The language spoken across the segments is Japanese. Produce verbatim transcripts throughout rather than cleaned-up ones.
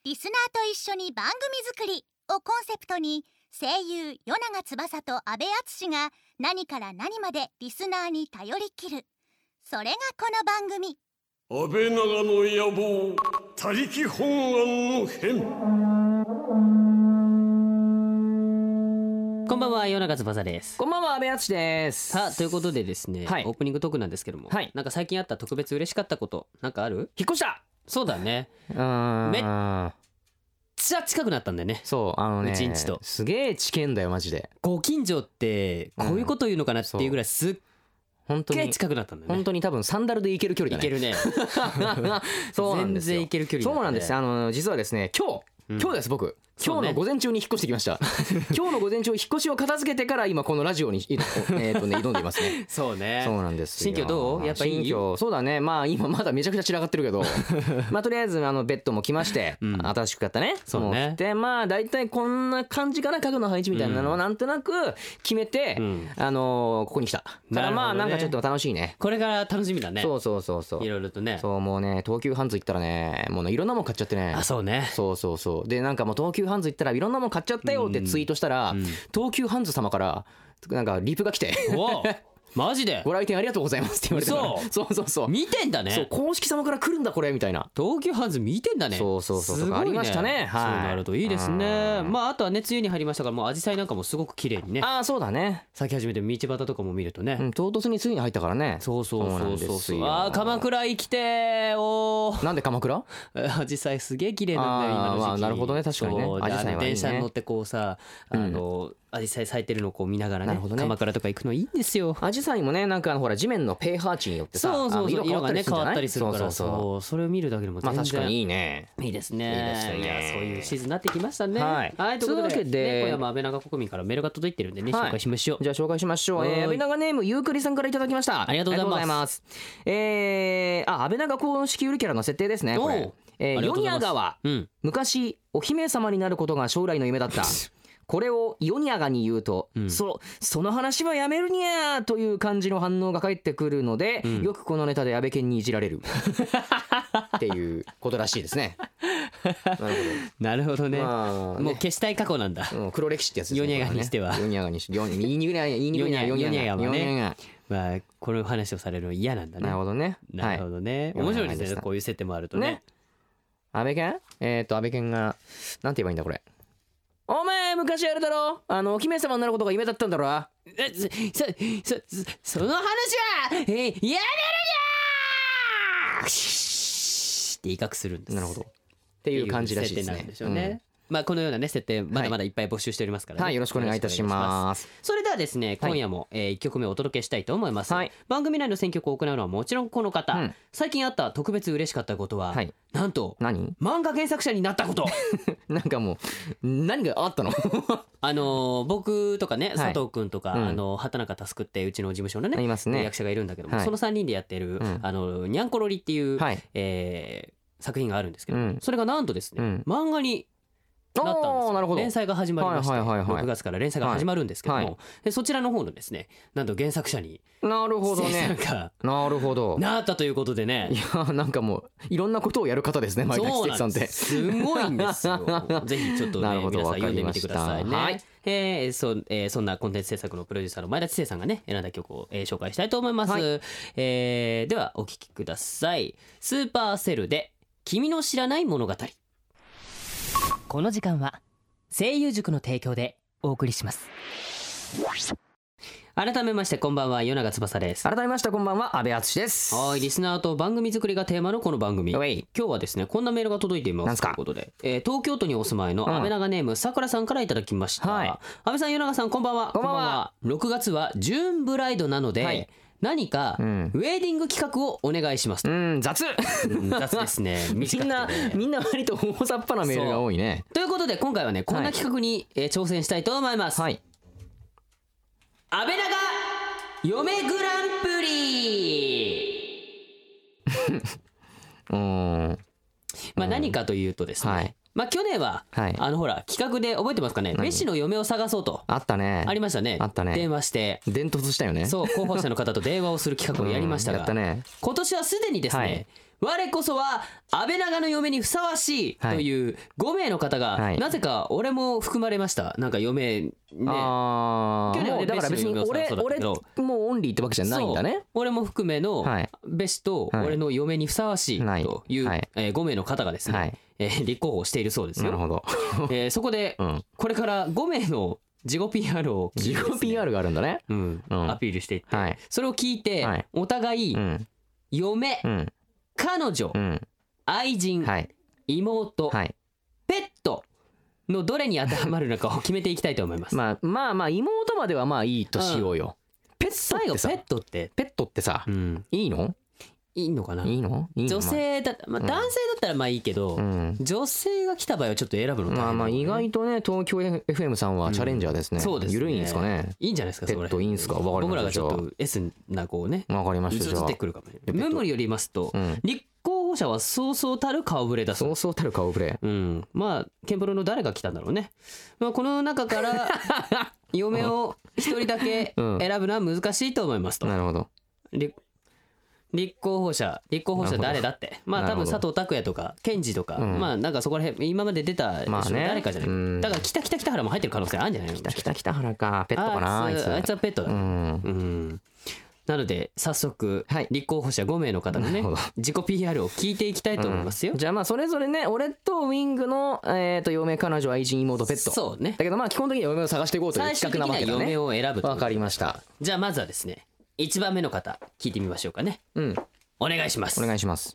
リスナーと一緒に番組作りをコンセプトに、声優与永翼と阿部淳が何から何までリスナーに頼りきる、それがこの番組。 安倍長の野望他力本願の変。 こんばんは、与永翼です。 こんばんは、阿部淳です。 さあ、ということでですね、 はい、 オープニングトークなんですけども、はい、なんか最近あった特別嬉しかったことなんかある？ 引っ越した。 そうだね。 うーん、 めっちゃ近くなったんだよね。 そう、あのね、 うちんちとすげえ近いんだよマジで。 ご近所ってこういうこと言うのかなっていうぐらいすっ本当に近くなったんだよね。 本当に多分サンダルで行ける距離だね。 行けるね。 そうなんですよ。 全然行ける距離。 そうなんです。あの実はですね、今日、うん、今日です僕。今日の午前中に引っ越してきました。今日の午前中引っ越しを片付けてから今このラジオにえーとね挑んでいますね。 そうね。 そうなんですよ。 新居どう？やっぱいい？ 新居そうだね。まあ今まだめちゃくちゃ散らかってるけど、まあとりあえずあのベッドも来まして、うん、新しく買ったね。 そうね。 でまあだいたいこんな感じかな、家具の配置みたいなのをなんとなく決めて、うん、あのー、ここに来た。からまあなんかちょっと楽しいね。 これから楽しみだね。 そうそうそうそう。 いろいろとね。 そうもうね東急ハンズ行ったらねもういろんなもん買っちゃってね。 あそうね。 そうそうそうでなんかもう東急ハンズ行ったらいろんなもん買っちゃったよってツイートしたら、うん、東急ハンズ様からなんかリプが来てマジでご来店ありがとうございますって言われて、そうそうそうそう見てんだね。 そう公式様から来るんだこれみたいな。 東急ハンズ見てんだね。 そうそうそうそう、 ね、 ありましたね。 はい、そうなるといいですね。まああとはね梅雨に入りましたからもう紫陽花なんかもすごく綺麗にね。 ああそうだね。 咲き始めて道端とかも見るとね、 うん、唐突に梅雨に入ったからね。 そうそうそうそうそう。ああ鎌倉行きてお。 なんで鎌倉？ 紫陽花すげえ綺麗なんだよ今の時期。 ああなるほどね、確かにね。 紫陽花はいいね。電車に乗ってこうさあの、うんアジサイ咲いてるのをこう見ながら ね, ね鎌倉とか行くのいいんですよ。 アジサイもねなんかほら地面のペーハー値によってさそうそうそう色がね変わったりするから、 そうそうそうそれを見るだけでも全然、 まあ、確かにいいね。 いいですね。 いいですね。 いやそういうシーズンになってきましたね。 はい、 はい、ということで、 でね、今夜も安倍長国民からメールが届いてるんでね、はい、紹介しましょう。 じゃあ紹介しましょう。えー、安倍長ネームゆうくりさんからいただきました。 ありがとうございます。 えー、あ安倍長公式ゆるキャラの設定ですねこれ。えー、ヨニア川、うん、昔お姫様になることが将来の夢だったこれをヨニアガに言うと、うん、そ, その話はやめるにゃという感じの反応が返ってくるので、うん、よくこのネタで安倍健にいじられるっていうことらしいですね。 なるほどね、まあ、ねもう消したい過去なんだ、 うん、黒歴史ってやつですね。 ヨニアガにしてはヨニアガにしてヨニアガはねまあこの話をされるの嫌なんだね。 なるほどね。 なるほどね、はい、面白いですねこういう設定もあると ね, ね安倍健えっと安倍健がなんて言えばいいんだこれ。お前昔あれだろあのお姫様になることが夢だったんだろ。 そそそその話は、えー、やめるにゃーって威嚇するんです。 なるほどっていう感じらしいですね。 でしょうね、うん、まあこのようなね設定まだまだいっぱい募集しておりますからね、 はい、はい、よろしくお願いいたします。 それではですね今夜も、はいえー、いっきょくめをお届けしたいと思います、はい、番組内の選曲を行うのはもちろんこの方、うん、最近あった特別嬉しかったことは、はい、なんと何漫画原作者になったことなんかもう何があったのあのー、僕とかね佐藤君とか、はい、あの畑中佑ってうちの事務所の ね, ね役者がいるんだけども、はい、そのさんにんでやってる、うん、あのにゃんころりっていう、はいえー、作品があるんですけど、うん、それがなんとですね、うん、漫画になったんですよ。なるほど。連載が始まりまして、はいはいはいはい、ろくがつから連載が始まるんですけども、はいはい、でそちらの方のですねなんと原作者になるほどねなるほどなったということでね。 いやなんかもういろんなことをやる方ですね前田季節さんって。 すごいんですよぜひちょっとね皆さん読んでみてくださいね。はいえー そ, えー、そんなコンテンツ制作のプロデューサーの前田知世さんがね選んだ曲を、えー、紹介したいと思います、はいえー、ではお聴きください。スーパーセルで君の知らない物語。この時間は声優塾の提供でお送りします。改めましてこんばんは与永翼です。 改めましてこんばんは阿部淳です。 はいリスナーと番組作りがテーマのこの番組、今日はですねこんなメールが届いていますということで、えー、東京都にお住まいの安倍長ネームさくらさんからいただきました、うんはい、安倍さん与永さんこんばんは。 こんばんは。 ろくがつはジューンブライドなので、はい何かウェディング企画をお願いしますと。 うん雑雑ですね。 みんなみんな割と大雑把なメールが多いね。 ということで今回はねこんな企画に、はいえー、挑戦したいと思います。はい。安倍長嫁グランプリうんまあ何かというとですね、はいまあ去年は、はい、あのほら企画で覚えてますかね。メッシの嫁を探そうとあったね。 ありましたね。 あったね。 電話して伝突したよね。 そう候補者の方と電話をする企画をやりましたが、 やったね。 今年はすでにですね、はい、 我こそは安倍長の嫁にふさわしいというごめいの方が、はい、なぜか俺も含まれました。なんか嫁ね、 あ去年はだから別に俺俺もうオンリーってわけじゃないんだね。 俺も含めのべしと俺の嫁にふさわしいという、はいえー、ごめいの方がですね、はいえー、立候補しているそうですよ。 なるほど、 えー、そこで、うん、これからごめいの自己 ピーアール を、 ね、自己 ピーアール があるんだね、 うんうん、アピールしていって、はい、それを聞いて、はい、お互い、うん、嫁、うん彼女、うん、愛人、はい、妹、はい、ペットのどれに当てはまるのかを決めていきたいと思います。 まあまあまあ妹まではまあいいとしようよ。 うん、ペットってさ、ペットってペットってさ、うん、いいの？ いいのかな。 いいの？いいの？ 女性だ、まあ、男性だったらまあいいけど、うん、女性が来た場合はちょっと選ぶの大変だ、ね。まあまあ意外とね東京 エフエム さんはチャレンジャーですね。うん、そうですね。緩いんですかね。 いいんじゃないですか。 ペットいいんですか。わかりました。 僕らがちょっと S なこうね。 わかりました。 ずっとくるかもね。メモによりますと、うん、立候補者はそうそうたる顔ぶれだそう。 そうそうたる顔ぶれ。 うん。まあケンプロの誰が来たんだろうね。まあこの中から嫁を一人だけ選ぶのは難しいと思いますと。 なるほど。 立候補者立候補者誰だってまあ多分佐藤拓也とか健二とか、うん、まあなんかそこら辺今まで出た人誰かじゃない、まあね、だから北北北原も入ってる可能性あるんじゃないの。 北北北原かペットかな。 あいつあいつはペットだ、うんうん、なので早速、はい、立候補者ごめいの方のね自己 ピーアール を聞いていきたいと思いますよ、 うん、じゃあまあそれぞれね俺とウィングの、えー、と嫁彼女愛人妹ペットそうね。 だけどまあ基本的には嫁を探していこうという企画なわけだね。 嫁を選ぶと。 わかりました。 じゃあまずはですねいちばんめの方聞いてみましょうかね。うんお願いします。 お願いします。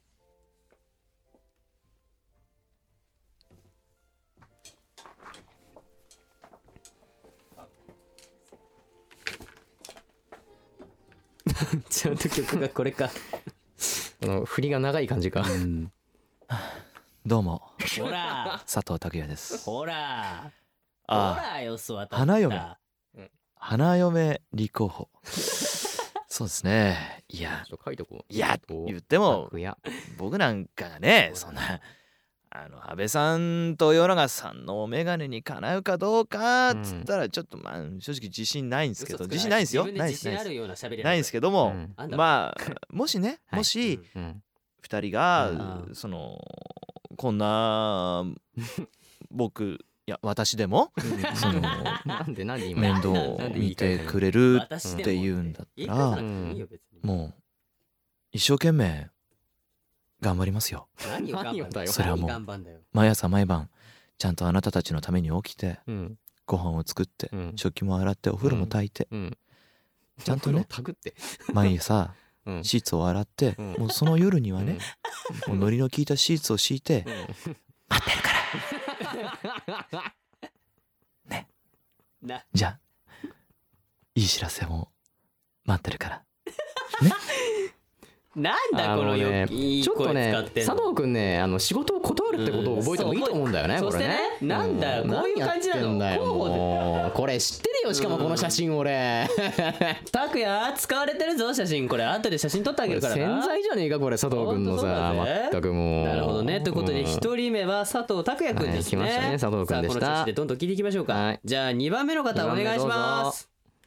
ちゃんと曲がこれか。 この振りが長い感じか。うん、 どうも。 ほら。 佐藤拓也です。 ほら。 あほらよそは花嫁。花嫁立候補。そうですね。いや、いや言っても僕なんかがねそんなあの安倍さんと与永さんのメガネにかなうかどうかっつったらちょっとまあ正直自信ないんですけど、自信ないんですよ。ないですないんですけども、まあもしねもしふたりがそのこんな僕いや私でもその面倒を見てくれるっていうんだったらもう一生懸命頑張りますよ。それはもう毎朝毎晩ちゃんとあなたたちのために起きてご飯を作って食器も洗ってお風呂も炊いてちゃんとね毎朝シーツを洗ってもうその夜にはねもう海苔の効いたシーツを敷いて待ってるからね。じゃあいい知らせも待ってるからね。 なんだこのよ、 ね、ちょっとね佐藤くんねあの仕事を断るってことを覚えてもいいと思うんだよね、うん、これね。 なんだよ、うん、こういう感じなの。 もうこれ知ってるよ。しかもこの写真俺拓也使われてるぞ写真。これ後で写真撮ってあげるからな。 潜在じゃねえかこれ佐藤くんのさ。全くもうなるほどね。ということで一人目は佐藤拓也くんですね、はい、来ましたね佐藤くんでした。さあこの調子でどんどん聞いていきましょうか、はい、じゃあにばんめの方お願いします。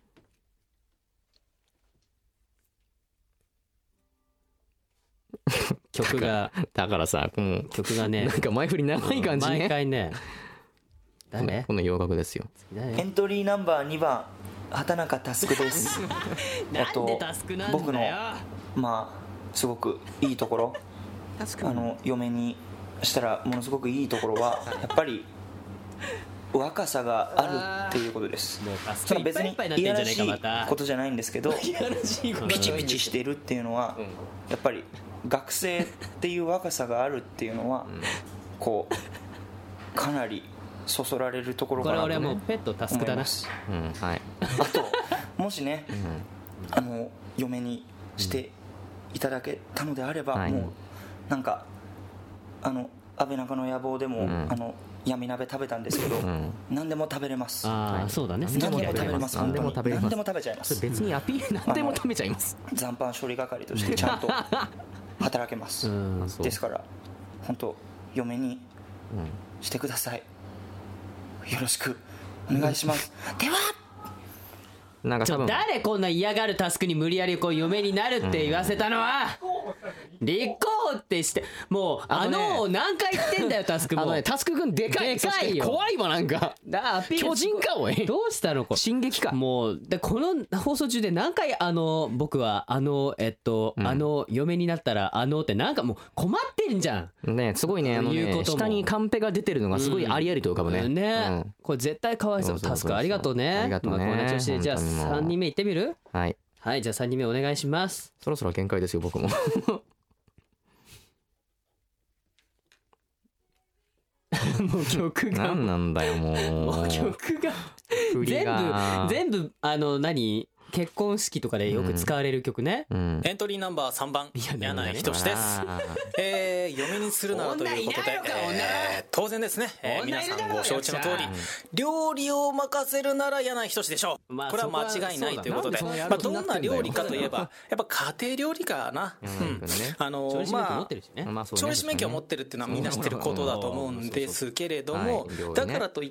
曲がだからさ、うん、 曲がねなんか前振り長い感じね。 毎回ね誰この洋楽ですよ。 エントリーナンバーにばん畑中佑ですなんでタスクなんだよ。 僕のまあすごくいいところあの嫁にしたらものすごくいいところはやっぱり若さがあるっていうことです。それは別にいやらしいことじゃないんですけどピチピチしてるっていうのはやっぱり学生っていう若さがあるっていうのはこうかなりそそられるところかなと思います。 これ俺はもうペットタスクだな、 うんはい、 あともしね、うん、あの嫁にしていただけたのであれば、うん、もうなんかあの安倍中の野望でも、うん、あの闇鍋食べたんですけど、うん、何でも食べれます。 ああそうだね。 何でも食べれます。 何でも食べれます。 何でも食べちゃいます。 別にアピール何でも食べちゃいます。 残飯処理係としてちゃんと働けます。ですから本当嫁にしてください。よろしくお願いします。では。 なんか多分誰こんな嫌がるタスクに無理やりこう嫁になるって言わせたのは立候ーってしてもうあのー何回言ってんだよタスクも。 あのねタスク君でかい。 でかいよ。 怖いわなんか。巨人かおい。 どうしたのこれ。 進撃か。 もうでこの放送中で何回あの僕はあのえっと、うん、あの嫁になったらあのってなんかもう困ってるんじゃん。ねすごいねあのね下にカンペが出てるのがすごいありありと浮かぶね。うん、ね、うん、これ絶対かわいそう。タスクありがとうね。ありがとうね。まあ、こんな調子でじゃあさんにんめいってみる？はい。はいじゃあさんにんめお願いします。 そろそろ限界ですよ僕も。 もう曲が何なんだよもう。 もう曲が全部全部あの何結婚式とかでよく使われる曲ね、うん、 エントリーナンバーさんばん柳井仁です。えー、嫁にするならということで、えー、当然ですね、えー、皆さんご承知の通り料理を任せるなら柳井仁でしょう、まあ、これは間違いないということで、まあ、どんな料理かといえばやっぱ家庭料理かな、うん、あのまあ調理師免許を持ってるっていうのはみんな知ってることだと思うんですけれども、だからといって、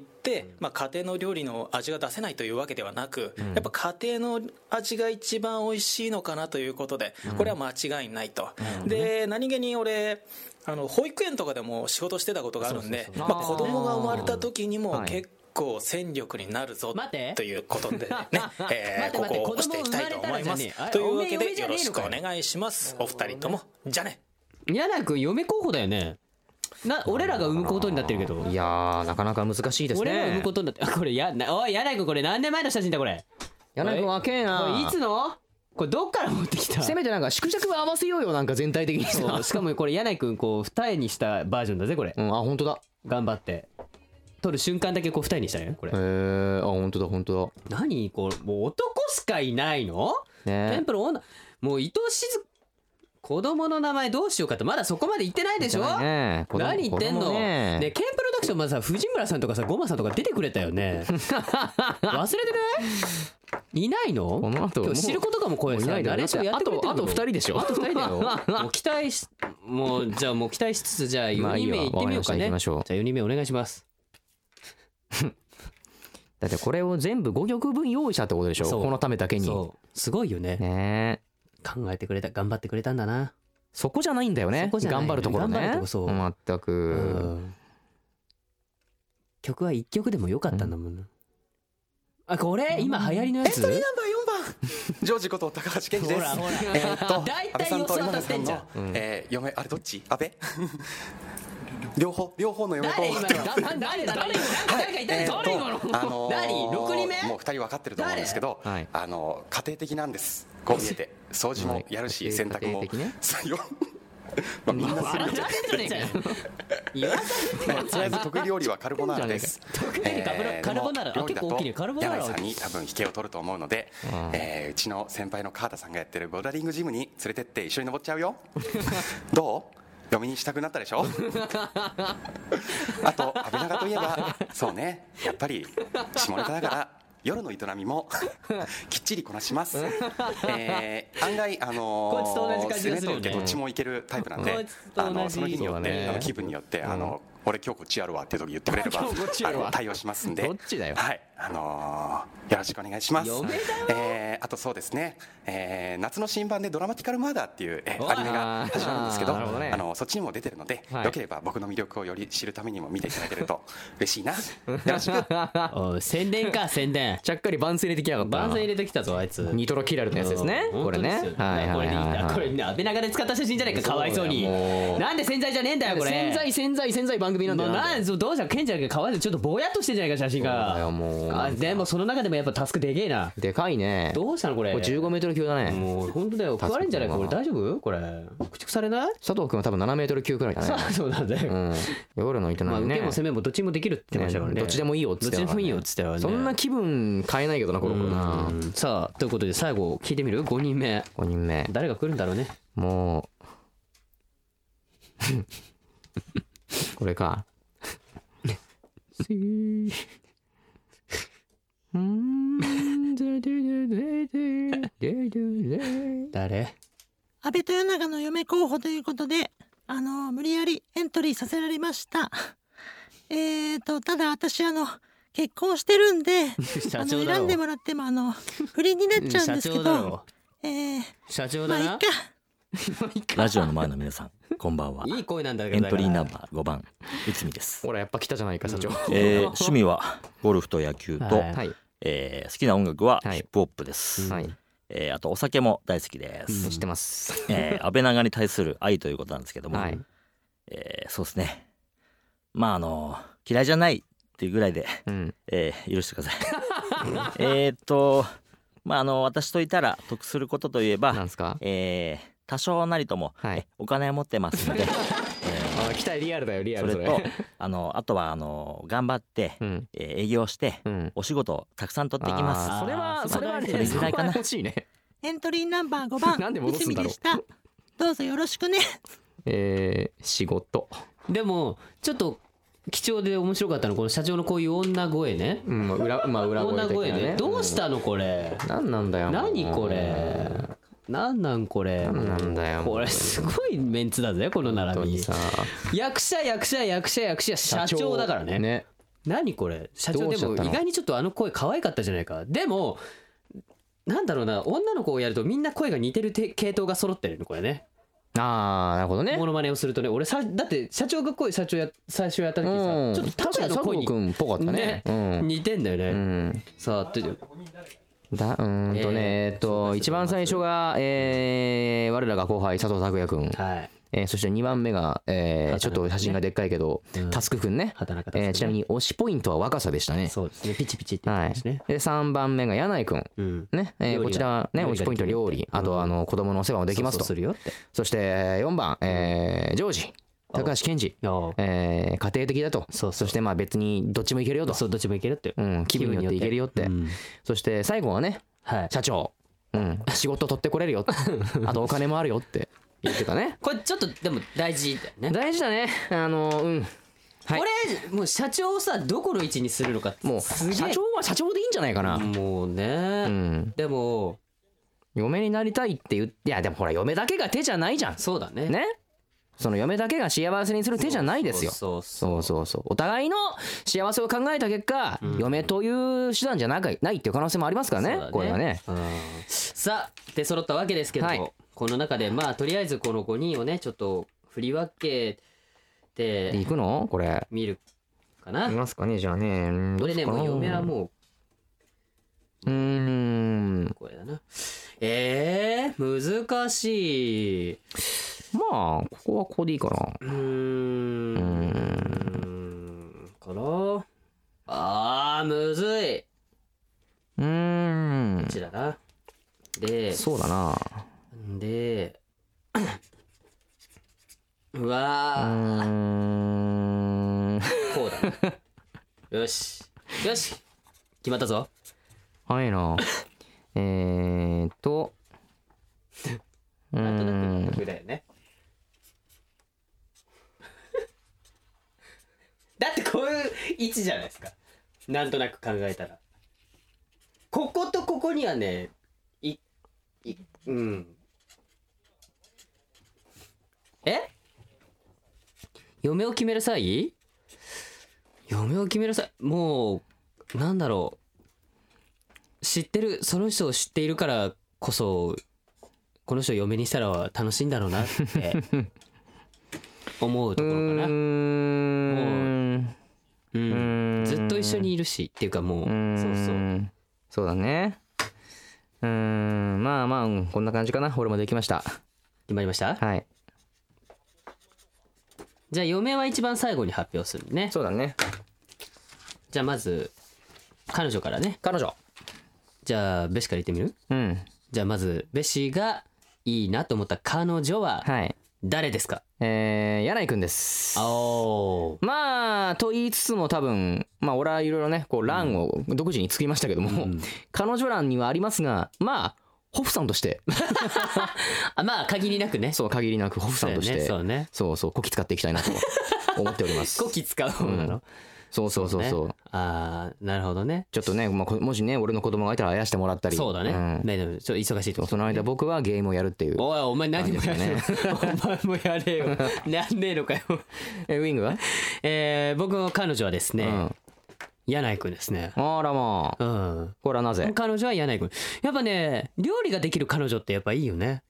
まあ、家庭の料理の味が出せないというわけではなく、やっぱ家庭の味が一番美味しいのかなということで、これは間違いないと、うん、で何気に俺あの保育園とかでも仕事してたことがあるんで、まあ、子供が生まれた時にも結構戦力になるぞということでね、えー、ここを押していきたいと思います。というわけでよろしくお願いします。お二人ともじゃね。 柳君嫁候補だよね。な俺らが産むことになってるけど、 いやーなかなか難しいですね。 俺が産むことになってこれやおい柳君これ何年前の写真だこれ。 柳君若えな。 これいつのこれどっから持ってきた。 せめてなんか縮尺は合わせようよなんか全体的にさ。 しかもこれ柳君こう二重にしたバージョンだぜこれ、 うん、あ本当だ。 頑張って撮る瞬間だけこう二重にしたよこれ。へえあ本当だ本当だ。何これもう男しかいないの、ね、テンプル女もう伊藤静子供の名前どうしようかとまだそこまで言ってないでしょ、ね、何言ってんの ね, ねケンプロダクションまださ藤村さんとかさゴマさんとか出てくれたよね忘れてないいないのこの後今日知ることかも声さ誰しもやってくれてるの。 あとふたりでしょ。 あとふたりだよもう期待しもうじゃあもう期待しつつじゃあよにんめい行ってみようかね、まあ、いいじゃあよにんめお願いしますだってこれを全部ごきょくぶん用意したってことでしょこのためだけに。 そうすごいよね。ね考えてくれた頑張ってくれたんだな。 そこじゃないんだよね。頑張るところね。頑張るとこそう全く、うん、 曲はいっきょくでもよかったんだもんな、うん、あこれ今流行りのやつ。 エントリーナンバーよんばんジョージこと高橋健二です。ほらほらえー、っと安倍さんと今田さんの、うんえー、嫁あれどっち安倍両方両方の嫁候補って誰誰誰誰誰がいたの誰今のあの何ろくにんめもうふたり分かってると思うんですけど、はい、あの家庭的なんですこう見えて掃除もやるし洗濯もまあみんなするよとりあえず得意料理はカルボナーラです。 カルボナーラ料理だと柳井さんに多分引けを取ると思うので、えー、うちの先輩の川田さんがやってるボルダリングジムに連れてって一緒に登っちゃうよどう嫁にしたくなったでしょあと安倍長といえばそうねやっぱり下ネタだから夜の営みもきっちりこなします、えー、案外あのー、攻めと受けどっちもいけるタイプなんであのその日によって、ね、あの気分によって、うん、あの俺今日こっちやるわっていう時言ってくれればあの対応しますんでどっちだよ、 はいあのー、よろしくお願いします。えー、あとそうですね、えー、夏の新版でドラマティカルマーダーっていう、えー、アニメが始まるんですけど、ね、あのそっちにも出てるので、はい、よければ僕の魅力をより知るためにも見ていただけると嬉しいなよろしくお宣伝か宣伝ちゃっかり番宣入れてきやがった。 番宣入れてきたぞあいつ。 ニトロキラルのやつですね、うん、これねはいはいはい、はい、 これね安倍長で使った写真じゃないかかわいそうに。なんで洗剤じゃねえんだよこれ。 洗剤洗剤洗剤番組なんだよ。 なんでどうしたケンちゃんがかわいそうちょっとぼやっとしてんじゃないか写真が。もうあでもその中でもやっぱタスクでけえな。 でかいね。 どうしたのこれ。 これじゅうごメートル級だね。 もう本当だよ食われんじゃないかこれ。大丈夫これ駆逐されない。 佐藤君は多分ななメートル級くらいだね。 そうだね、うん、 夜の営みね、まあ、 受けも攻めもどっちもできるって言ってましたからね。 どっちでもいいよっつってたからね。 どっちでもいいよっつってたからね。 そんな気分変えないけどなこの頃な。 さあということで最後聞いてみる。ごにんめごにんめ誰が来るんだろうね。 もうこれか誰。 安倍豊永の嫁候補ということであの無理やりエントリーさせられました。えーとただ私あの結婚してるんであの選んでもらってもあの不倫になっちゃうんですけど、えー、 社長だな、 まあいっかラジオの前の皆さんこんばんは。 いい声なんだけど。 エントリーナンバーごばん内海です。 ほらやっぱ来たじゃないか社長、うんえー、趣味はゴルフと野球と、はいえー、好きな音楽はヒップホップです、はいえー、あとお酒も大好きです、 うん、知ってます、 えー、安倍長に対する愛ということなんですけども、はいえー、そうですねまああの嫌いじゃないっていうぐらいで、うんえー、許してくださいえっとまああの私といたら得することといえばなんすか、 えー、多少なりとも、はい、お金を持ってますのでえー、期待リアルだよリアルそれとあのあとはあの頑張って、うんえー、営業して、うん、お仕事をたくさん取っていきます。 それはそれはそれぐらいかな。 欲しいね。 エントリーナンバーごばんなんで戻すんだろう。 内海でした。どうぞよろしくね。 えー、仕事でもちょっと貴重で面白かったのこの社長のこういう女声ね、 うんまあ裏まあ裏声的なね、 女声ねどうしたのこれ、 うん、なんなんだよ何これなんなんこれなんだよこれすごいメンツだぜこの並びさ役者役者役者役者社長だからねね何これ社長でも意外にちょっとあの声可愛かったじゃないか。でもなんだろうな女の子をやるとみんな声が似てる系統が揃ってるのこれね。 ああなるほどね。 モノマネをするとね俺さだって社長が声社長や最初やった時さ、うん、ちょっと確かに声に君っぽかったね、 ねうん、似てんだよね、うん、さあってだうんとねえー、っと一番最初が、えー、我らが後輩佐藤拓也君、はいえー、そしてにばんめが、えー、ちょっと写真がでっかいけど、うん、タスク君ね、えー、ちなみに推しポイントは若さでしたね。 そうですねピチピチって言ってますね、はい、 でさんばんめが柳井君、うんねえー、こちらはね推しポイント料理、あとあの子供のお世話もできますと。 そうそうするよって。 そしてよんばん、えー、ジョージ高橋健二、えー、家庭的だと。そうそうそしてまあ別にどっちもいけるよと。 そうどっちもいけるって、 うん、気分によっていけるよって、うん、そして最後はね、はい、社長、うん、仕事取ってこれるよあとお金もあるよって言ってたね。 これちょっとでも大事だよね。 大事だね。あのうんはい、これもう社長をさどこの位置にするのかもう社長は社長でいいんじゃないかな。 もうね、うん、でも嫁になりたいって言っていやでもほら嫁だけが手じゃないじゃん。 そうだね。 ねその嫁だけが幸せにする手じゃないですよ。そうそうそうそうお互いの幸せを考えた結果、うん、嫁という手段じゃなくないっていう可能性もありますから ね, ねこれはね、うん、 さあ出揃ったわけですけど、はい、この中でまあとりあえずこのごにんをねちょっと振り分けていくのこれ見るかな。 いますかねじゃあね。 これねもう嫁はもううーんこれだな。えー、難しい。 まあここはここでいいかな。 うーんうーんからあーむずい。 うーんこっちだな。でそうだな。 でうわーうーんこうだなよしよし決まったぞ。 はいなえーっとなんとなく得だよねだってこういう位置じゃないですか。なんとなく考えたらこことここにはねいいうんえ嫁を決める際嫁を決める際もうなんだろう知ってるその人を知っているからこそこの人を嫁にしたら楽しいんだろうなって思うところかな。うーんもう、うん、ずっと一緒にいるしっていうかもう、うそうそうそうだね。うーんまあまあ、うん、こんな感じかな。俺もできました。 決まりました。 はい。 じゃあ嫁は一番最後に発表するね。 そうだね。 じゃあまず彼女からね。 彼女じゃあベシから言ってみる？ うん。 じゃあまずベシがいいなと思った彼女は誰ですか？ えー、柳井くんです。 おーまあと言いつつも多分まあ俺はいろいろねこう欄を独自に作りましたけども、うん、彼女欄にはありますがまあホフさんとしてあまあ限りなくね。 そう限りなくホフさんとしてそうねそうそうこき使っていきたいなと思っております。 こき使う方なの、うんそうそうそうそう、ね、 ああなるほどね。 ちょっとね、まあ、もしね俺の子供がいたらあやしてもらったりそうだね、うん、でもちょっと忙しいと、 ね、その間僕はゲームをやるっていう。 おいお前何もやれよ、ね、お前もやれよやんねえのかよえウィングはえー、僕の彼女はですね、うん柳井くんですね。 あらまあ、うん、これはなぜ？ 彼女は柳井くん。やっぱね料理ができる彼女ってやっぱいいよね。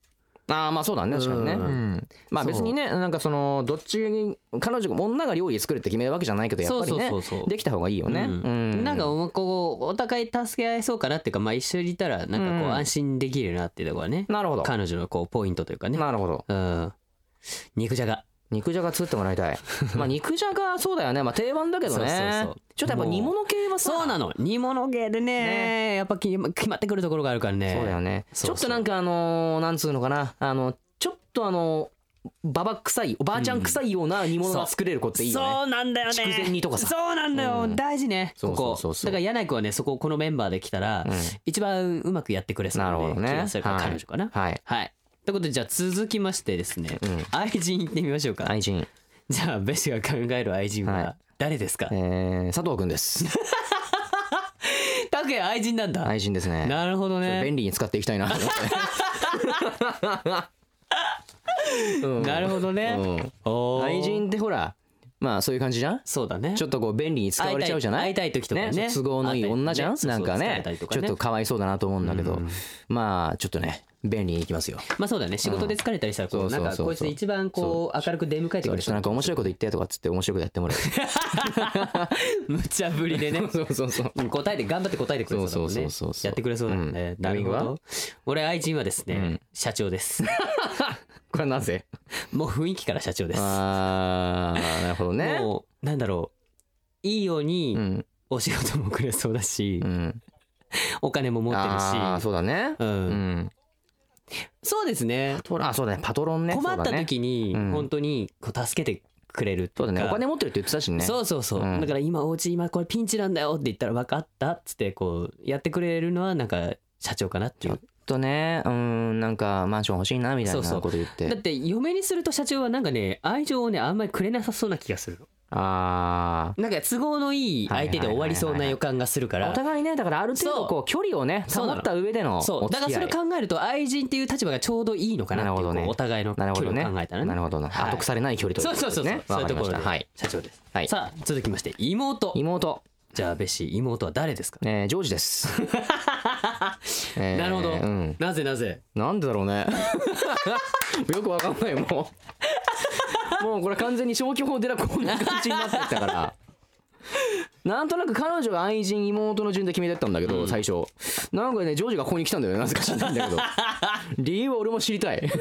ああまあそうだね確かにね、うん、まあ別にねなんかそのどっちに彼女女が料理作るって決めるわけじゃないけどやっぱりねできた方がいいよね、うんうん、 なんかこうお互い助け合えそうかなっていうかまあ一緒にいたらなんかこう安心できるなっていうところはね、 うん、なるほど彼女のこうポイントというかねなるほど、 うん、肉じゃが肉じゃが作ってもらいたいまあ肉じゃがそうだよねまあ定番だけどねそうそうそうちょっとやっぱ煮物系はさそうなの煮物系で ね, ねやっぱ決まってくるところがあるからねそうだよねそうそうちょっとなんかあのー、なんつうのかなあのちょっとあのババ臭いおばあちゃん臭いような煮物が作れる子っていいよね、 うん、そうなんだよね筑前煮とかさそうなんだよ、うん、大事ねここそうそうそうそうだから柳井君はねそここのメンバーで来たら、うん、一番うまくやってくれそうな、ね、気がするから彼女かなはい、 はい、ということでじゃあ続きましてですね、うん、愛人いってみましょうか愛人じゃあベシが考える愛人は誰ですか、 はい、えー、佐藤くんです拓也愛人なんだ愛人ですねなるほどね便利に使っていきたいなと思ってうん、なるほどね、うん、愛人ってほらまあそういう感じじゃんそうだねちょっとこう便利に使われちゃうじゃない会いたい時とかね、 ね都合のいい女じゃん、ね、なんか ね, ねちょっとかわいそうだなと思うんだけど、うん、まあちょっとね便利にいきますよまあそうだね仕事で疲れたりしたらこう、うん、なんかこいつ一番こう明るく出迎えてくれるなんか面白いこと言ってとかっつって面白いことやってもらう無茶ぶりでねそうそうそう答えて頑張って答えてくれそうだもんねやってくれそうだもんね、うん、なるほど俺愛人はですね、うん、社長ですこれはなぜもう雰囲気から社長ですあーなるほどねもうなんだろういいようにお仕事もくれそうだし、うん、お金も持ってるしあそうだねうん、うんそうですねあそうだねパトロンね困った時に本当にこう助けてくれるっていうか、 そうだねお金持ってるって言ってたしねそうそうそう、うん、だから今お家今これピンチなんだよって言ったら分かったっつってこうやってくれるのはなんか社長かなっていうちょっとねうんなんかマンション欲しいなみたいなこと言ってそうそうだって嫁にすると社長はなんかね愛情をねあんまりくれなさそうな気がするのあなんか都合のいい相手で終わりそうな予感がするからお互いねだからある程度こう距離をね保った上でのそうだからそれを考えると愛人っていう立場がちょうどいいのかなっていう、ね、お互いの距離を考えたらねなるほどね後腐れない距離ということですねそうそうそうそういうところで、はい、社長です、はい、さあ続きまして妹妹じゃあベッシー妹は誰ですか、 えー、ジョージです、 えー、なるほど、うん、なぜなぜなんでだろうねよくわかんないもうもうこれ完全に消去法でこんな感じになってきたからなんとなく彼女が愛人妹の順で決めてったんだけど、うん、最初なんかねジョージがここに来たんだよねなぜか知らないんだけど理由は俺も知りたい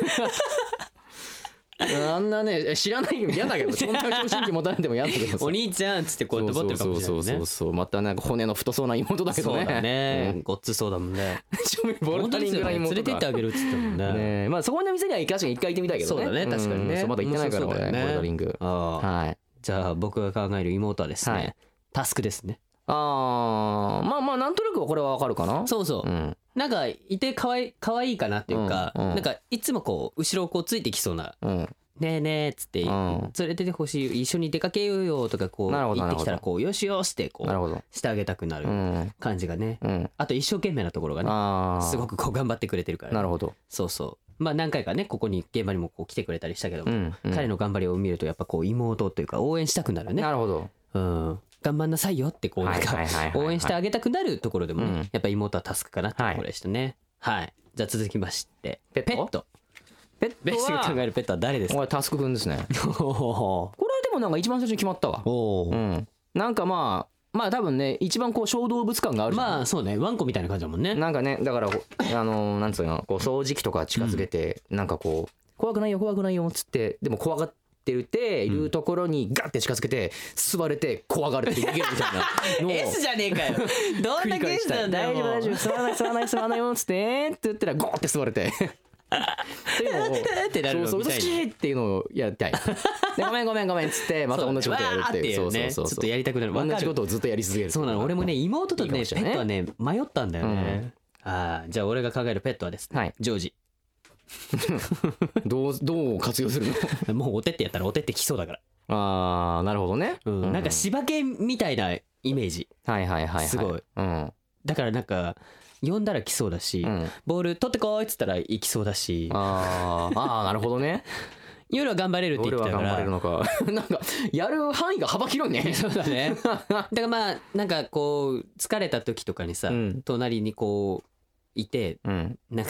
あんなね知らないよ嫌だけどそんな調子に持たれても嫌だけどお兄ちゃんっつってこうやって持ってるかもしれないねそうそうそうそうまたなんか骨の太そうな妹だけどねそうだね、うん、ごっつそうだもんねボルダリングな妹連れて行ってあげるっつってもんねねまあそこの店には一回行ってみたいけどねそうだね確かにね、 うん、まだ行ってないから俺、ね、ボルダリングはいじゃあ僕が考える妹はですね、はい、タスクですねあーまあまあなんとなくこれはわかるかなそうそう、うん、なんかいてかわいかわいいかなっていうか、うんうん、なんかいつもこう後ろをこうついてきそうな、うんねえねえっつって、うん、連れててほしい一緒に出かけようよとかこう言ってきたらこうよしよしってこうしてあげたくなる感じがね、うん、あと一生懸命なところがねすごくこう頑張ってくれてるから、ね、 なるほどそうそうまあ何回かねここに現場にもこう来てくれたりしたけども、うんうん、彼の頑張りを見るとやっぱこう妹というか応援したくなるねなるほど、 うん、頑張んなさいよってこうなんか応援してあげたくなるところでもね、うん、やっぱ妹はタスクかなってところでしたね、はい、はい、じゃあ続きましてペットペットペットベッシーが考えるペットは誰ですか？ 俺タスクくんですねこれでもなんか一番最初に決まったわお、うん、なんかまあまあ多分ね一番こう小動物感があるじゃんまあそうねワンコみたいな感じだもんねなんかねだからあのなんつうのこう掃除機とか近づけて、うん、なんかこう怖くないよ怖くないよっつってでも怖がってるっていうところにガッて近づけて座れて怖がれて逃げるみたいなのを S じゃねえかよどんなケースなんだよ大丈夫大丈夫座らない座らない座らないよっつってって言ったらゴーって座れてっていうのをってなるのそうそう好きっていうのをやりたいでごめんごめんごめんっつってまた同じことやるっていうそうそうそうちょっとやりたくなる同じことをずっとやり続けるそうなの俺もね妹とねペットはね迷ったんだよね、うん、あじゃあ俺が考えるペットはですね、はい、ジョージどうどう活用するのもうお手ってやったらお手って来そうだからあーなるほどね、 うんうん、なんか柴犬みたいなイメージはいはいはいはいすごい、うん、だからなんか呼んだら来そうだし、うん、ボール取ってこいっつったら行きそうだしああなるほどね夜は頑張れるって言ってたから夜は頑張れるのかなんかやる範囲が幅広いねそうだねだからまあなんかこう疲れた時とかにさ、うん、隣にこういて、うん、なんかペ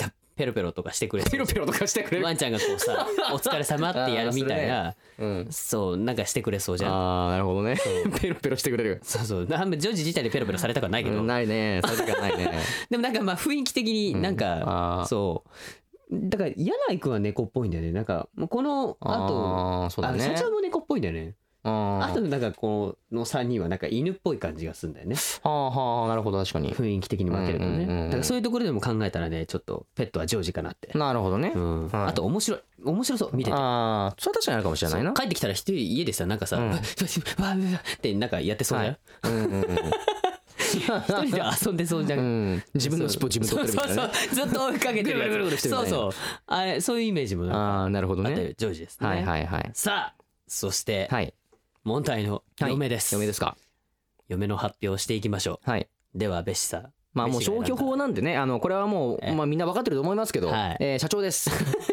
ペロペロとかしてくれるペロペロとかしてくれるワンちゃんがこうさお疲れ様ってやるみたいな、うん、そうなんかしてくれそうじゃん。 ああなるほどねペロペロしてくれる。 そうそうジョージ自体でペロペロされたくはないけど、 うん、ないねされたくはないねでもなんかまあ雰囲気的になんか、うん、そうだから柳井君は猫っぽいんだよね。なんかこのあとそうだね、 社長も猫っぽいんだよね。あとなんかこのさんにんはなんか犬っぽい感じがするんだよね。 はあはあなるほど確かに雰囲気的に分けるとね、うんうんうん、だからそういうところでも考えたらねちょっとペットはジョージかなって。 なるほどね、 うんはい、あと面白い面白そう見てて。 ああそれは確かにあるかもしれないな。 帰ってきたら一人家でさなんかさ、うん、わーってなんかやってそうじゃん、はいうんうんうん一人で遊んでそうじゃん、うん、 自分の尻尾自分取ってるみたいな、ね、 そうそうそうずっと追いかけてるやつぐるぐるぐるしてるみたいな。 そうそうあれそういうイメージもなんかああなるほどねあってジョージですね。 はいはいはい。 さあそして、 はい、 問題の嫁です、 はい、嫁ですか。 嫁の発表をしていきましょう。はい。ではベシさん。 まあもう消去法なんでねあのこれはもうまあみんな分かってると思いますけど、はいえー、社長です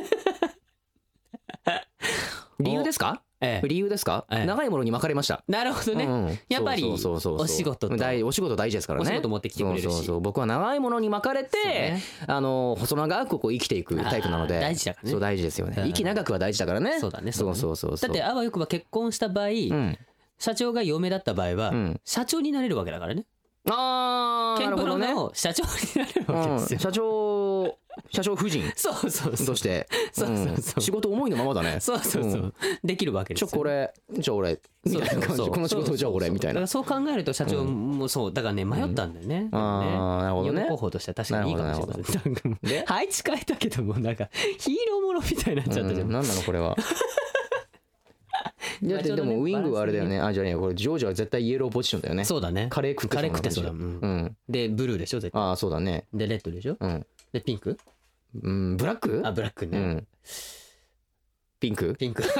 理由ですか。ええ、理由ですか、ええ、長いものに巻かれました。 なるほどね、うん、やっぱりお仕事と大お仕事大事ですからね。 お仕事持ってきてくれるしそうそうそう僕は長いものに巻かれて、ね、あの細長くこう生きていくタイプなので大事だからね。 そう大事ですよね。息長くは大事だからね。 そうだね。 そうそうそうそう。 だってあわよくば結婚した場合、うん、社長が嫁だった場合は、うん、社長になれるわけだからね。 あーケンプロの社長になれるわけですよ、 うん、社長社長夫人そうそうそうとしてそうそうそう、 うん、仕事思いのままだね。 そうそうそう、うん、できるわけですよ。 ちょこれじゃあ俺みたいな感じ。この仕事じゃあ俺みたいな。 だからそう考えると社長もそうだからね迷ったんだよね、うん、 ああなるほどね。 候補としては確かにいいかもしれない。で配置変えたけどもなんかヒーローものみたいになっちゃったじゃん、 うん、何なのこれはだってでもウィングはあれだよね。あじゃあねこれジョージは絶対イエローポジションだよね。 そうだね。 カレー食ってカレー食ってそうだ、うん、でブルーでしょ絶対。 ああそうだね。 でレッドでしょ、うん、でピンクうんブラックあブラックね、うん、 ピンクピンク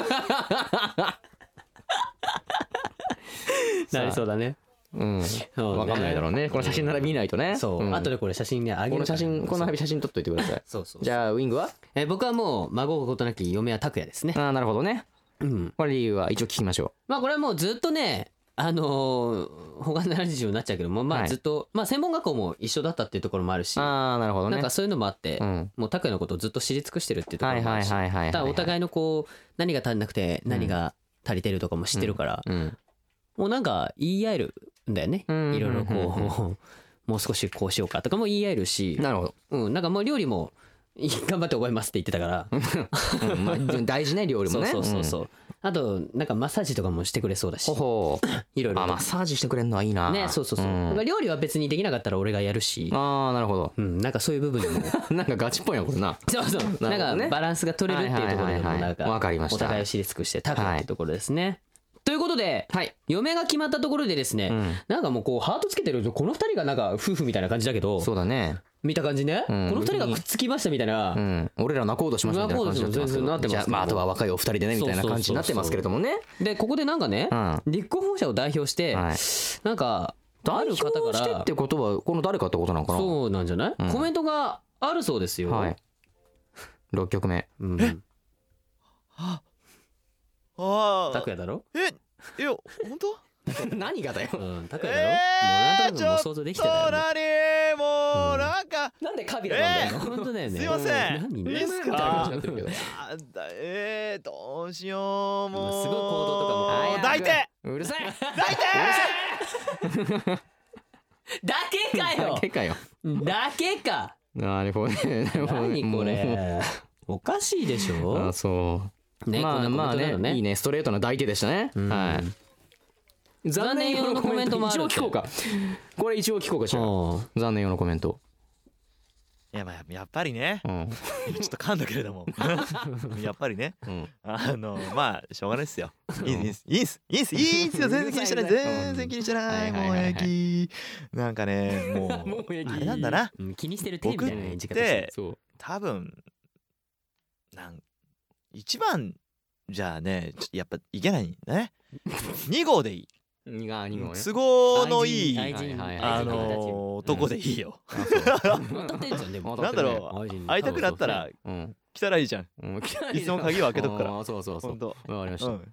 なりそうだね。 うん、分かんないだろうね。この写真なら見ないとね。 そう、うん、後でこれ写真ねあげる。 この写真この写真撮っといてください。 そうそう。 じゃあウィングはえ僕はもう孫ことなき嫁は拓也ですね。 ああなるほどね。うん、これ理由は一応聞きましょう。 まあこれはもうずっとねあのー、他のラジオになっちゃうけどもまあずっと、はい、まあ専門学校も一緒だったっていうところもあるし、 ああなるほどね。 なんかそういうのもあって、うん、もう拓也のことをずっと知り尽くしてるっていうところもあるし、ただお互いのこう何が足んなくて何が足りてるとかも知ってるから、うんうん、もうなんか言い合えるんだよね、うん、いろいろこう、うん、もう少しこうしようかとかも言い合えるし、 なるほど、 うん、なんかもう料理も頑張って覚えますって言ってたからうん、まあ、大事ね料理もね。 そうそうそうそう、うん、あとなんかマッサージとかもしてくれそうだし、 ほほいろいろ。 あマッサージしてくれるのはいいな。 ねそうそうそう、うん、料理は別にできなかったら俺がやるし。 ああなるほど、 うん、なんかそういう部分でもなんかガチっぽいなこれな。 そうそう、ね、なんかバランスが取れるっていうところでもなんかわかりました。 お互いを知り尽くしてタクっていうところですね、はい、ということで、はい、嫁が決まったところでですね、うん、なんかもうこうハートつけてるこのふたりがなんか夫婦みたいな感じだけど。 そうだね見た感じね、うん、このふたりがくっつきましたみたいな、うん、 俺ら泣こうとしましたみたいな感じになってますけど、じゃあ、まあ、あとは若いお二人でねみたいな感じになってますけれどもね。 でここでなんかね、うん、立候補者を代表して、はい、なんかある方から代表してってことはこの誰かってことなのかな。 そうなんじゃない、うん、コメントがあるそうですよ、はい、 ろっきょくめ、うん、 えはあ拓也だろ。 えいや本当何がだよ。うん、拓也だろ。えー、もうなんとなくもう想像できてたよ。 何もうなんか、 うん、なんでカビラなんだよ。本当だよね。 すいません。 何いいっすか。えー、どうしようもう。 すごい行動とかも。 抱いて。 うるさい。 抱いて。 だけかよ。 だけかよ。 だけか。 なるほどね。 何これ。おかしいでしょ。 あ、そう。ね、まあまあね、いいね、ストレートな抱いてでしたね。はい。残念用のコメントもある。一応聞こうか。これ一応聞こうかしら。残念用のコメント。 いやまあやっぱりね、うん、ちょっと噛んだけれどもやっぱりね、うん、あのまあしょうがないっすよ。いいっすいいっすいいっすいいっすよ。全然気にしてない全然気にしてない。もう平気。なんかねもうあれなんだな。 気にしてる手みたいな演じ方して多分なん一番じゃあねやっぱいけないんだね。に号でいい。 に号ね。 都合のいいあの男でいいよ。なんだろう会いたくなったら来たらいいじゃん。いつも鍵を開けとくから。 そうそうそう。わかりました。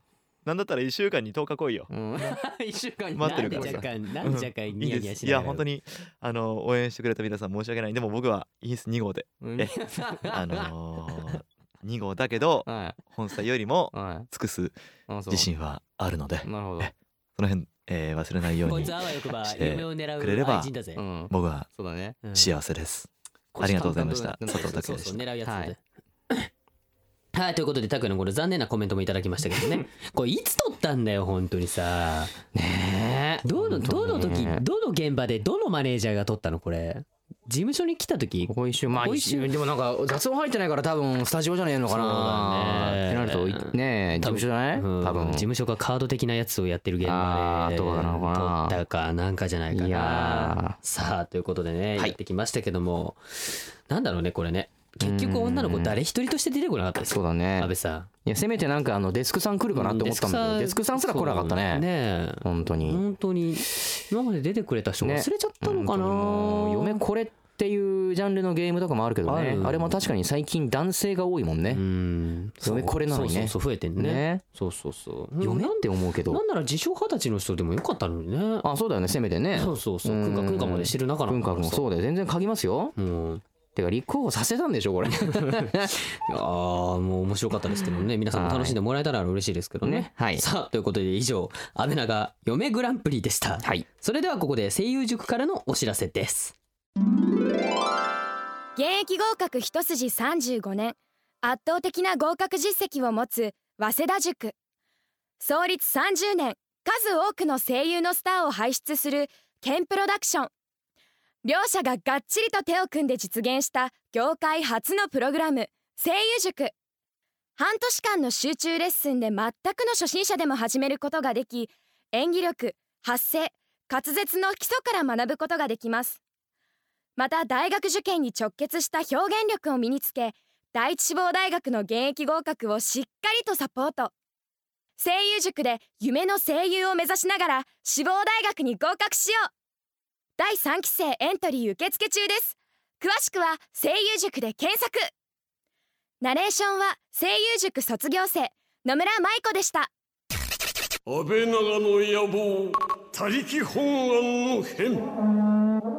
なんだったらいっしゅうかんにとおか来いよ、 うん、いっしゅうかんに待ってるからさ。 なんで若干なんで若干ニヤニヤしいや本当にあの応援してくれた皆さん申し訳ない。でも僕はいいですに号で、うん、えあのー、に号だけど、はい、本妻よりも尽くす自信はあるので、なるほど、えその辺、えー、忘れないようにしてくれれば僕は幸せです、うん、ありがとうございました。佐藤拓也でした。狙うやつ、はいはい、ということで拓也のこれ残念なコメントもいただきましたけどねこれいつ撮ったんだよ本当にさねえ、どのどの時どの現場でどのマネージャーが撮ったのこれ。事務所に来た時ここ一瞬まあ一瞬でもなんか雑音入ってないから多分スタジオじゃねえのかなってなるとね、事務所じゃない、うん、多分事務所がカード的なやつをやってる現場で撮ったかなんかじゃないかな。いやさあということでね、はい、やってきましたけども、なんだろうねこれね、結局女の子誰一人として出てこなかったですよ。 そうだね、 安倍さん。 いやせめてなんかあのデスクさん来るかなって思ったんだけど、デスクさんすら来なかったね。ね本当に本当に今まで出てくれた人忘れちゃったのかな、ね、 嫁これっていうジャンルのゲームとかもあるけどね、 あ, あれも確かに最近男性が多いもんね。うん、嫁これなのにね。 そうそうそう増えてんね。ねそうそうそう。 嫁って思うけど、 なんなら自称二十歳の人でもよかったのにね。 あそうだよね、せめてね。 そうそうそう。くんかくんかまでしてる中なんだから。くんかくんそうだよ、全然嗅ぎますよ。うん。てか立候補させたんでしょこれ。 ああもう面白かったですけどね、皆さんも楽しんでもらえたら嬉しいですけどね。ねはい。さあということで以上安倍長嫁グランプリでした。はい。それではここで声優塾からのお知らせです。 現役合格一筋さんじゅうごねん、圧倒的な合格実績を持つ早稲田塾。創立さんじゅうねん、数多くの声優のスターを輩出するケンプロダクション。両者ががっちりと手を組んで実現した業界初のプログラム、声優塾。半年間の集中レッスンで全くの初心者でも始めることができ、演技力、発声、滑舌の基礎から学ぶことができます。また大学受験に直結した表現力を身につけ、第一志望大学の現役合格をしっかりとサポート。声優塾で夢の声優を目指しながら志望大学に合格しよう。だいさんき生エントリー受付中です。詳しくは声優塾で検索。ナレーションは声優塾卒業生野村舞子でした。 安倍長の野望、他力本願の変。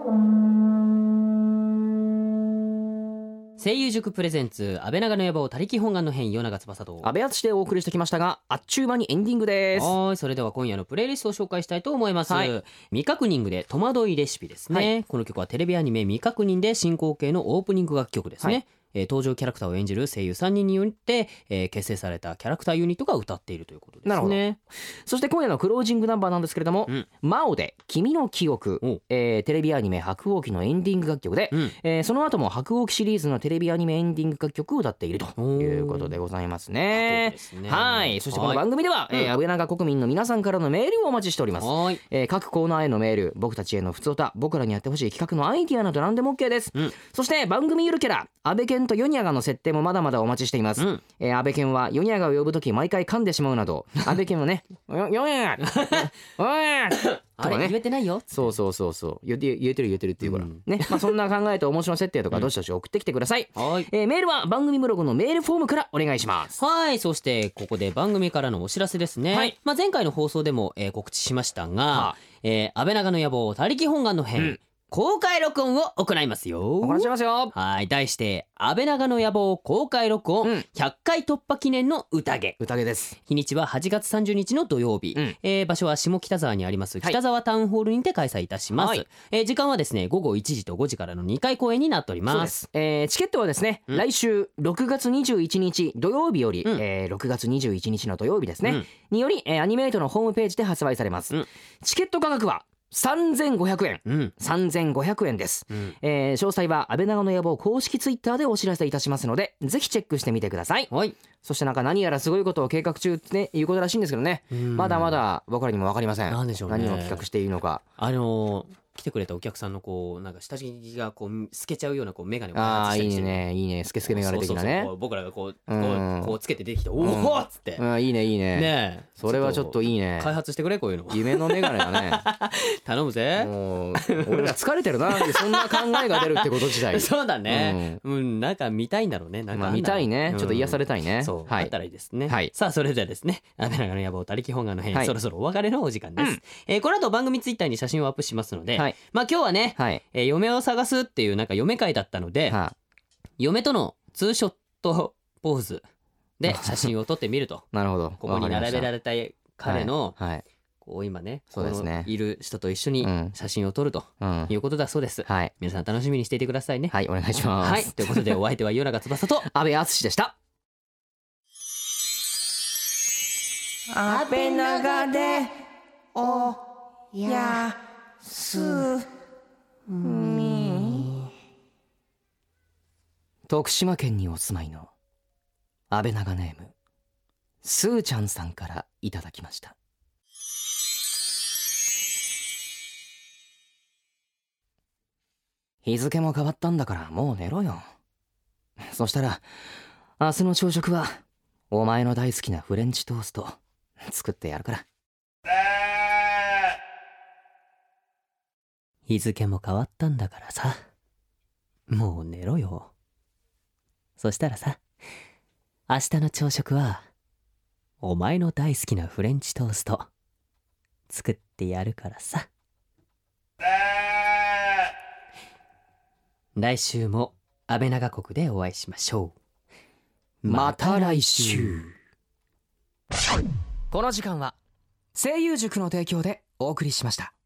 声優塾プレゼンツ安倍長の野望他力本願の変、与永翼と安倍敦でお送りしてきましたが、あっちゅう間にエンディングです。 はい、それでは今夜のプレイリストを紹介したいと思います。はい、未確認具で戸惑いレシピですね。はい、この曲はテレビアニメ未確認で進行形のオープニング楽曲ですね。はい、えー、登場キャラクターを演じる声優さんにんによって、えー、結成されたキャラクターユニットが歌っているということですね。なるほど。 そして今夜のクロージングナンバーなんですけれども、うん、マオで君の記憶、えー、テレビアニメ白鸚記のエンディング楽曲で、うん、えー、その後も白鸚記シリーズのテレビアニメエンディング楽曲を歌っているということでございますね。ねはい。そしてこの番組では、はい、えー、安倍長国民の皆さんからのメールをお待ちしております。はい、えー、各コーナーへのメール、僕たちへのふつおた、僕らにやってほしい企画のアイディアなど何でも OK です。うん、そして番組ゆるキャラ安倍健とヨニアガの設定もまだまだお待ちしています。うん、えー、安倍健はヨニアガを呼ぶとき毎回噛んでしまうなど、安倍健はねヨニアガおいあれ、ね、言えてないよ。 そうそうそうそう言えて言えてる言えてるっていうから、うん、ね、まあそんな考えと面白設定とかどしどし送ってきてください。うん、はい、えー、メールは番組ブログのメールフォームからお願いします。 はい、そしてここで番組からのお知らせですね。はい、まあ前回の放送でも、えー、告知しましたが、はあ、えー、安倍長の野望他力本願の編、うん、公開録音を行いますよ。 行いますよ。 はい、題して安倍長の野望公開録音ひゃっかい突破記念の宴。 宴です。 日にちははちがつさんじゅうにちの土曜日、うん、えー、場所は下北沢にあります北沢タウンホールにて開催いたします。はい、えー、時間はですねごごいちじとごじからのにかい公演になっております。そうです。 えー、チケットはですね、うん、来週ろくがつにじゅういちにち土曜日より、うん、えー、ろくがつにじゅういちにちの土曜日ですね、うん、により、えー、アニメイトのホームページで発売されます。うん、チケット価格はさんぜんごひゃくえん、うん、さんぜんごひゃくえんです。うん、えー、詳細は安倍長の野望公式ツイッターでお知らせいたしますので、ぜひチェックしてみてください。はい、そしてなんか何やらすごいことを計画中っていうことらしいんですけどね、まだまだ僕らにも分かりません。何でしょうね、何を企画していいのか。 あのー来てくれたお客さんのこうなんか下地がこう透けちゃうようなこうメガネを開ああいい発したりしてるねいいねスケスケメガネ的なね。 そうそうそうこう僕らがこうこうんうこうつけて出てきておおっつってうんいいねいいね。 ねえそれはちょっといいね。 開発してくれこういうの夢のメガネだね。 頼むぜ。 もう俺ら疲れてるなそんな考えが出るってこと自体。 そうだねうんなんか見たいんだろうね。なんかまあ見たいねちょっと癒されたいね。 そうはいあったらいいですね。 はいさあそれではですね安倍長の野望他力本願の編はいそろそろお別れのお時間です。えーこの後番組ツイッターに写真をアップしますのではいまあ今日はねはいえー嫁を探すっていうなんか嫁会だったのでは嫁とのツーショットポーズで写真を撮ってみるとなるほど。 ここに並べられれた彼のはいはいこう今ねそうですねこのいる人と一緒にうん写真を撮るとうんいうことだそうです。 はい皆さん楽しみにしていてくださいね。 はいお願いします。 はいということでお相手は与永翼と安倍敦でした。 安倍長でおやすみ。 徳島県にお住まいの安倍長ネームスーちゃんさんからいただきました。日付も変わったんだからもう寝ろよ。そしたら明日の朝食はお前の大好きなフレンチトースト作ってやるから。 日付も変わったんだからさもう寝ろよ。そしたらさ明日の朝食はお前の大好きなフレンチトースト作ってやるからさ。来週も安倍長国でお会いしましょう。 また来週。この時間は声優塾の提供でお送りしました。